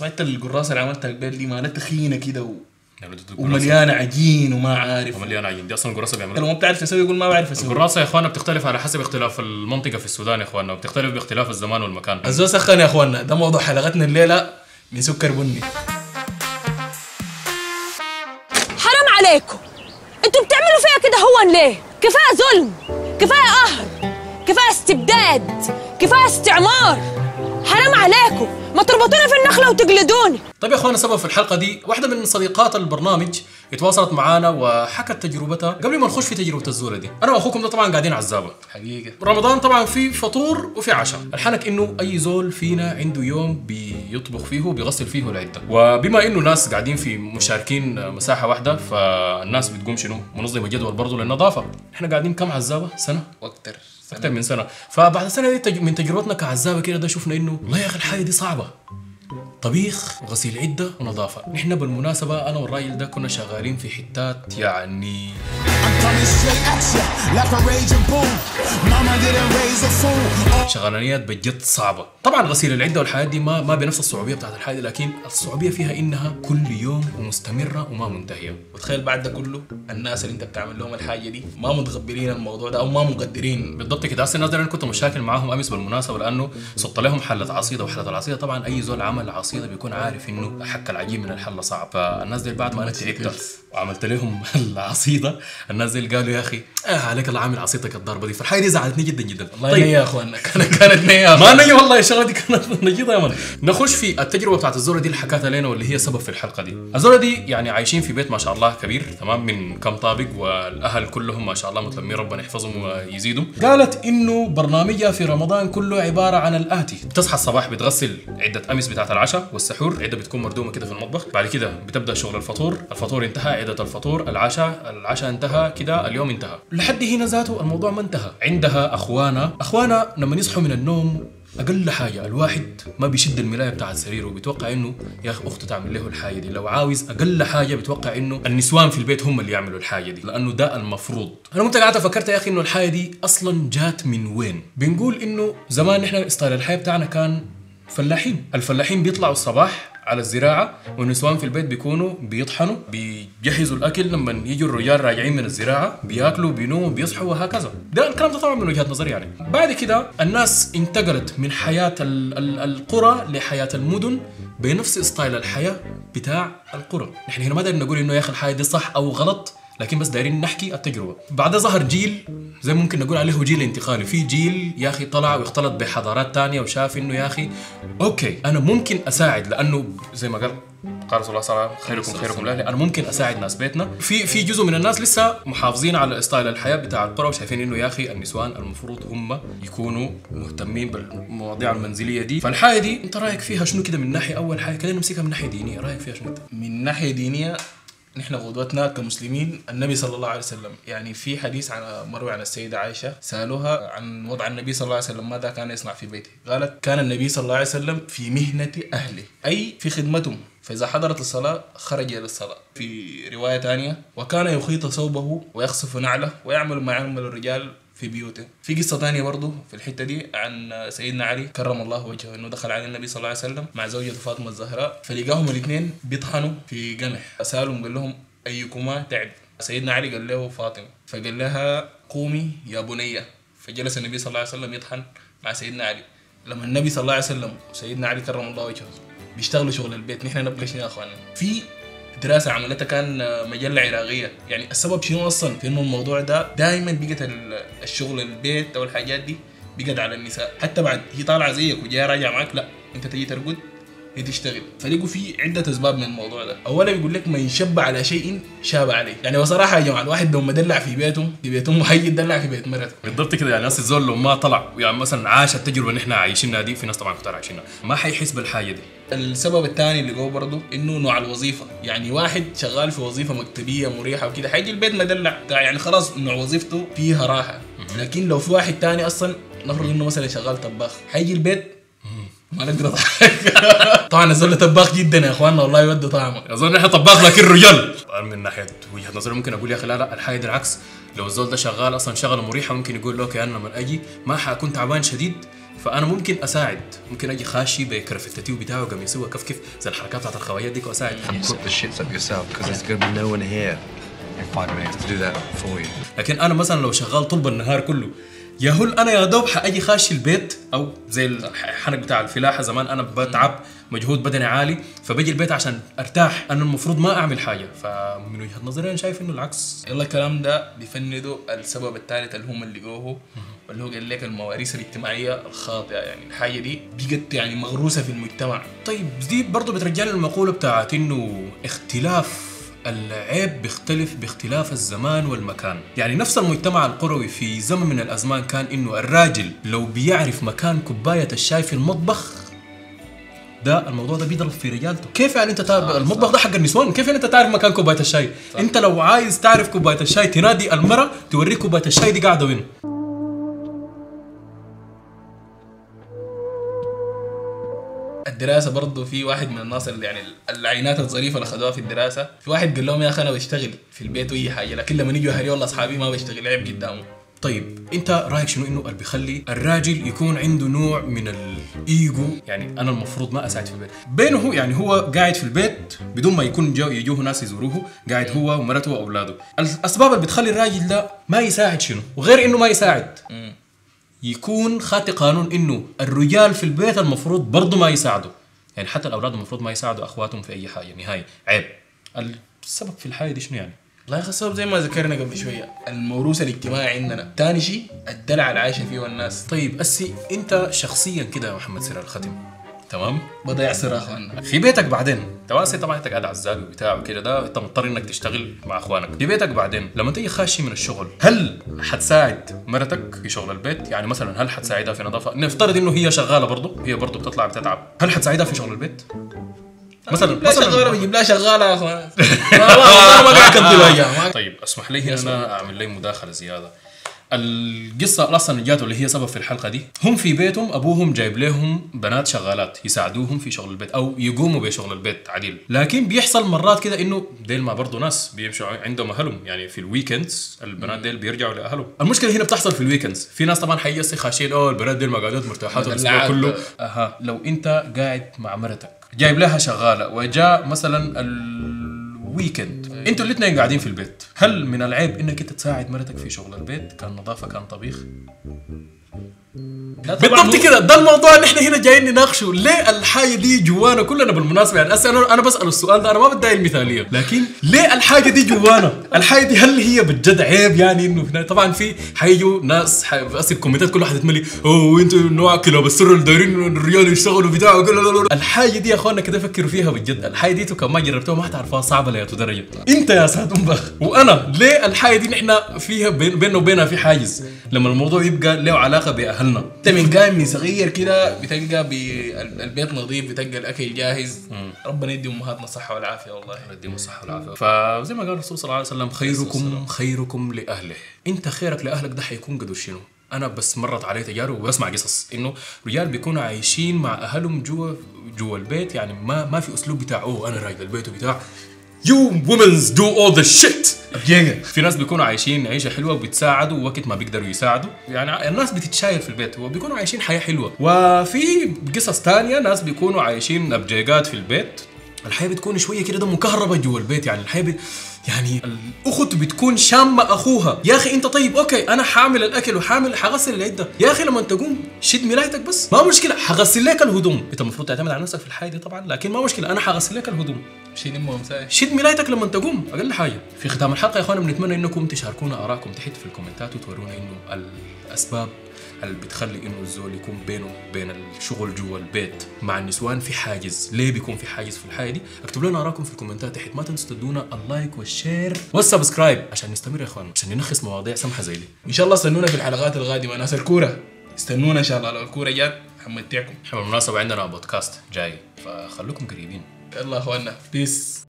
سمعت القراصه اللي عملتها البيت دي مالها تخينه كده ومليانه عجين وما عارف ومليانه عجين. دي اصلا القراصه بيعملوا لو ما بتعرف تسوي يقول ما بعرف اسوي. القراصه يا اخوانا بتختلف على حسب اختلاف المنطقه في السودان يا اخوانا، وبتختلف باختلاف الزمان والمكان. الزول سخن يا اخوانا، ده موضوع حلقتنا الليله من سكر بني. حرام عليكم، انتوا بتعملوا فيها كده هون ليه؟ كفايه ظلم، كفايه قهر، كفايه استبداد، كفايه استعمار. حرام عليكم، ما تربطوني في النخله وتجلدوني. طيب يا اخوانا، سبب في الحلقه دي واحده من صديقات البرنامج اتواصلت معانا وحكت تجربتها. قبل ما نخش في تجربه الزوره دي، انا واخوكم ده طبعا قاعدين عزابه حقيقه رمضان، طبعا في فطور وفي عشاء. الحنك انه اي زول فينا عنده يوم بيطبخ فيه وبيغسل فيه العده، وبما انه ناس قاعدين في مشاركين مساحه واحده، فالناس بتقوم شنو منظمه جدول برضه للنظافه. احنا قاعدين كم عزابه؟ سنه واكثر من سنه. فبعد السنه دي من تجربتنا كعزابه كده، ده شفنا انه والله يا اخي الحاجه دي صعبه، طبيخ وغسيل عده ونظافه. نحن بالمناسبه انا والراجل ده كنا شغالين في حتات يعني شغلانيات بجد صعبه. طبعا غسيل العده والحاجات دي ما بنفس الصعوبيه بتاعت الحاجه، لكن الصعوبيه فيها انها كل يوم ومستمره وما منتهيه. وتخيل بعد ده كله الناس اللي انت بتعمل لهم الحاجه دي ما متقبلين الموضوع ده او ما مقدرين. بالضبط كده. هسه الناس دي انا كنت مشاكل معاهم امس بالمناسبه، لانه صدت لهم حله عصيده، وحله العصيده طبعا اي زول عمل عصيده بيكون عارف انه حك العجين من الحله صعب. فالناس دي بعد ما انا تعبت وعملت لهم العصيده، الناس دي قالوا يا اخي عليك الله عامل عصيدتك الضربه دي. فالحاجه دي زعلتني جدا جدا. والله طيب يا اخوانا كانت نيه ما نيه والله، الشغله دي كانت نجيضه يا مان. نخش في التجربه بتاعت الزوره دي اللي حكاها لنا واللي هي سبب في الحلقه دي. الزوره دي يعني عايشين في بيت ما شاء الله كبير تمام، من كم طابق، والاهل كلهم ما شاء الله متلمين، ربنا يحفظهم ويزيدهم. قالت انه برنامجها في رمضان كله عباره عن الاتي: بتصحى الصباح بتغسل عده امس بتاعت العشاء والسحور، عده بتكون مردومه كده في المطبخ. بعد كده بتبدا شغل الفطور انتهى، عده الفطور، العشاء انتهى، كده اليوم انتهى. لحد هنا ذاته الموضوع ما انتهى. عندها اخوانا لما يصحوا من النوم اقل حاجه الواحد ما بيشد الملايه بتاعت سريره وبيتوقع انه يا اخي اخته تعمل له الحاجه دي. لو عاوز اقل حاجه بيتوقع انه النسوان في البيت هم اللي يعملوا الحاجه دي، لانه ده المفروض. انا كنت قاعد فكرت يا اخي انه الحاجه دي اصلا جات من وين. بنقول انه زمان احنا ستايل الحياه بتاعنا كان فلاحين. الفلاحين بيطلعوا الصباح على الزراعه، والنسوان في البيت بيكونوا بيطحنوا، بيجهزوا الاكل، لما يجوا الرجال راجعين من الزراعه بياكلوا بينوموا بيصحوا وهكذا. ده الكلام ده طبعا من وجهه نظري يعني. بعد كده الناس انتقلت من حياه القرى لحياه المدن بنفس ستايل الحياه بتاع القرى. نحن هنا ما دايرين نقول انه يا اخي الحياه دي صح او غلط، لكن بس دايرين نحكي التجربه. بعدها ظهر جيل زي ممكن نقول عليه جيل انتقالي. في جيل يا اخي طلع واختلط بحضارات تانية وشاف انه يا اخي اوكي انا ممكن اساعد، لانه زي ما قال رسول الله صلى الله عليه وسلم خيركم لاهلي، انا ممكن اساعد ناس بيتنا. في جزء من الناس لسه محافظين على ستايل الحياه بتاع القرى وشايفين انه يا اخي النسوان المفروض هم يكونوا مهتمين بالمواضيع المنزليه دي. فالحاجه دي انت رايك فيها شنو كده من ناحيه؟ اول حاجه كده نمسكها من ناحيه دينيه، رايك فيها شنو؟ من ناحيه دينيه نحن قدوتنا كمسلمين النبي صلى الله عليه وسلم. يعني في حديث مروي عن السيدة عائشة، سألوها عن وضع النبي صلى الله عليه وسلم ماذا كان يصنع في بيته. قالت كان النبي صلى الله عليه وسلم في مهنة أهله، أي في خدمتهم، فإذا حضرت الصلاة خرج إلى الصلاة. في رواية ثانية وكان يخيط ثوبه ويخصف نعله ويعمل ما يعمل الرجال في بيوته. في قصة ثانية برضو في الحتة دي عن سيدنا علي كرم الله وجهه، انه دخل على النبي صلى الله عليه وسلم مع زوجته فاطمة الزهراء، فلقاهم الاثنين بيطحنوا في قمح. سألهم قال لهم ايكما تعب؟ سيدنا علي قال له فاطمة، فقال لها قومي يا بنية. فجلس النبي صلى الله عليه وسلم يطحن مع سيدنا علي. لما النبي صلى الله عليه وسلم وسيدنا علي كرم الله وجهه بيشتغلوا شغل البيت، نحن نبقى شنو يا اخواننا؟ في دراسة عملتها كان مجلة عراقية. يعني السبب شنو أصلا في إنه الموضوع ده دائما بقت الشغل البيت أو الحاجات دي بقت على النساء. حتى بعد هي طالعة زيك وجاية راجعة معك، لا أنت تجي ترقد هي تشتغل. فلقوا في عدة أسباب من الموضوع ده. أولا بيقول لك من شب على شيء شاب عليه. يعني بصراحة يا جماعة الواحد لو مدلع في بيته حيجي يدلع في بيت مرته. بالضبط كده. يعني ناس الزول لو ما طلع يعني مثلا عاش التجربة اللي احنا عايشينها دي، في ناس طبعا كتار عايشينها، ما حيحس بالحاجة دي. السبب الثاني اللي جوه برضه انه نوع الوظيفه. يعني واحد شغال في وظيفه مكتبيه مريحه وكده حيجي البيت مدلع، يعني خلاص نوع وظيفته فيها راحه. لكن لو في واحد ثاني اصلا نفرض انه مثلا شغال طباخ، حيجي البيت ما نقدر نضحك. طبعا الزول طباخ جدا يا اخواننا والله يودي طعمه. اظن احنا طباخ لكن رجال. من ناحيه وجهه نظري ممكن اقول يا اخي لا الحاجه العكس. لو الزول ده شغال اصلا شغله مريحه ممكن يقول له اوكي انا لما اجي ما حكون تعبان شديد، فانا ممكن اساعد، ممكن اجي خاشي بكرفتتي وبتاعه قميصي وكيف زي الحركات بتاعت الخوايات ديك واساعد. You put the shits up yourself because there's gonna be no one here in 5 minutes to do that for you. لكن انا مثلا لو شغال طول النهار كله يا هل انا يا دوب حاجي خاشي البيت، او زي الحنك بتاع الفلاحه زمان انا بتعب مجهود بدني عالي فبجي البيت عشان ارتاح، انا المفروض ما اعمل حاجه. فمن وجهه نظري انا شايف انه العكس. يلا الكلام ده بيفندوا السبب الثالث اللي هم اللي لقوه، واللي هو قال لك المواريث الاجتماعيه الخاطئه. يعني الحاجه دي بقت يعني مغروسه في المجتمع. طيب دي برضه بترجعنا المقوله بتاعت انه اختلاف العيب بيختلف باختلاف الزمان والمكان. يعني نفس المجتمع القروي في زمن من الازمان كان انه الراجل لو بيعرف مكان كوبايه الشاي في المطبخ ده الموضوع ده بيضرب في رجالته. كيف يعني انت تعرف المطبخ ده حق النسوان؟ كيف يعني انت تعرف مكان كوبايه الشاي؟ انت لو عايز تعرف كوبايه الشاي تنادي المرأة توريك كوبايه الشاي دي قاعده وين. الدراسه برضه في واحد من الناس اللي يعني العينات الظريفه اللي اخذوها في الدراسه، في واحد قال لهم يا اخي انا بشتغل في البيت واي حاجه، لكن لما يجوا اهلي والله اصحابي ما بشتغل، عيب قدامه. طيب انت رايك شنو انه اللي بيخلي الراجل يكون عنده نوع من الايجو؟ يعني انا المفروض ما اساعد في البيت بينه هو، يعني هو قاعد في البيت بدون ما يكون يجوه ناس يزوروه، قاعد هو ومرته واولاده. الاسباب اللي بتخلي الراجل ده ما يساعد شنو؟ وغير انه ما يساعد يكون خاطئ قانون انه الرجال في البيت المفروض برضه ما يساعدوا. يعني حتى الاولاد المفروض ما يساعدوا اخواتهم في اي حاجه نهائي، عيب. السبب في الحياه دي شنو يعني؟ الله يخسرهم زي ما ذكرنا قبل شويه، الموروث الاجتماعي عندنا. ثاني شيء الدلع اللي عايشه فيه الناس. طيب اسي انت شخصيا كده يا محمد سير الختم تمام بضيع سر اخواننا في بيتك بعدين تواسي، طبعا انت قاعد عزاب وبتاع وكده، ده انت مضطر انك تشتغل مع اخوانك في بيتك. بعدين لما تيجي خاشي من الشغل هل حتساعد مرتك في شغل البيت؟ يعني مثلا هل حتساعدها في نظافه؟ نفترض انه هي شغاله برضه، هي برضه بتطلع بتتعب، هل حتساعدها في شغل البيت؟ مثلا شغاله بجيب لها شغاله يا اخوان ما قاعد اكذب ايام. طيب اسمح لي انا اعمل لي مداخله زياده. القصه اصلا اللي جاته اللي هي سبب في الحلقه دي، هم في بيتهم ابوهم جايب لهم بنات شغالات يساعدوهم في شغل البيت او يقوموا بشغل البيت عديل، لكن بيحصل مرات كده انه ديل ما برضه ناس بيمشوا عندهم اهلهم، يعني في الويكندز البنات ديل بيرجعوا لاهلهم. المشكله هنا بتحصل في الويكندز، في ناس طبعا حيصي خاشين البنات ديل ما قاعدات مرتاحات الاسبوع كله. لو انت قاعد مع مرتك جايب لها شغاله وجاء مثلا الويكند انتوا الاثنين قاعدين في البيت، هل من العيب انك انت تساعد مرتك في شغل البيت؟ كان نظافه كان طبيخ؟ بالضبط كده، ده الموضوع اللي احنا هنا جايين نناقشه. ليه الحاجه دي جوانا كلنا بالمناسبه؟ يعني انا بسال السؤال ده، انا ما بدي المثاليه، لكن ليه الحاجه دي جوانا؟ الحاجه دي هل هي بجد عيب؟ يعني انه طبعا في حيجوا ناس بس الكومنتات كل واحد يتملي انتوا نوع كلاب السر اللي دايرين الرجال يشتغلوا بتاع. الحاجه دي يا اخوانا كده فكروا فيها بجد، الحاجه دي كمان ما جربتوها ما حتعرفوها، صعبه لا درجه. انت يا سعد امبخ وانا ليه الحاجه دي نحن فيها بيننا وبينها في حاجز لما الموضوع يبقى له علاقه باهلنا. انت من قايم من صغير كده بتلقى البيت نظيف، بتلقى الاكل جاهز. ربنا يدي امهاتنا الصحه والعافيه، والله يديهم الصحه والعافيه. فزي ما قال الرسول صلى الله عليه وسلم خيركم لاهله. انت خيرك لاهلك ده حيكون قدر شنو؟ انا بس مرت علي تجارب وبسمع قصص انه رجال بيكونوا عايشين مع اهلهم جوا البيت، يعني ما في اسلوب بتاع انا راجل البيت وبتاع You women's do all the shit. في ناس بيكونوا عايشين عيشة حلوة وبيتساعدوا وقت ما بيقدروا يساعدوا، يعني الناس بتتشاير في البيت وبيكونوا عايشين حياة حلوة. وفي قصص تانية ناس بيكونوا عايشين أبجيجات في البيت، الحياة بتكون شوية كده مكهربة جوا البيت، يعني الحياة يعني الأخت بتكون شامة أخوها. يا أخي أنت طيب أوكي أنا حامل الأكل حغسل العدة، يا أخي لما تقوم شد ملايتك بس ما مشكلة، حغسل لك الهدوم. أنت المفروض تعتمد على نفسك في الحياة دي طبعا، لكن ما مشكلة أنا حغسل لك الهدوم. شد ملايتك لما تقوم أقل حاجة. في ختام الحلقة يا أخوانا بنتمنى إنكم تشاركونا آراءكم تحت في الكومنتات وتورونا إنه الأسباب اللي بتخلي انه الزول يكون بينه وبين الشغل جوا البيت مع النسوان في حاجز. ليه بيكون في حاجز في الحاجه دي؟ اكتبوا لنا اراءكم في الكومنتات تحت. ما تنسوا تدونا اللايك والشير والسبسكرايب عشان نستمر يا اخوان، عشان ننخس مواضيع سمحه زي دي. ان شاء الله استنونا في الحلقات القادمه. ناس الكوره استنونا ان شاء الله، لو الكوره جات حمدتكم. بالمناسبه عندنا بودكاست جاي فخلوكم قريبين. يلا اخواننا بيس.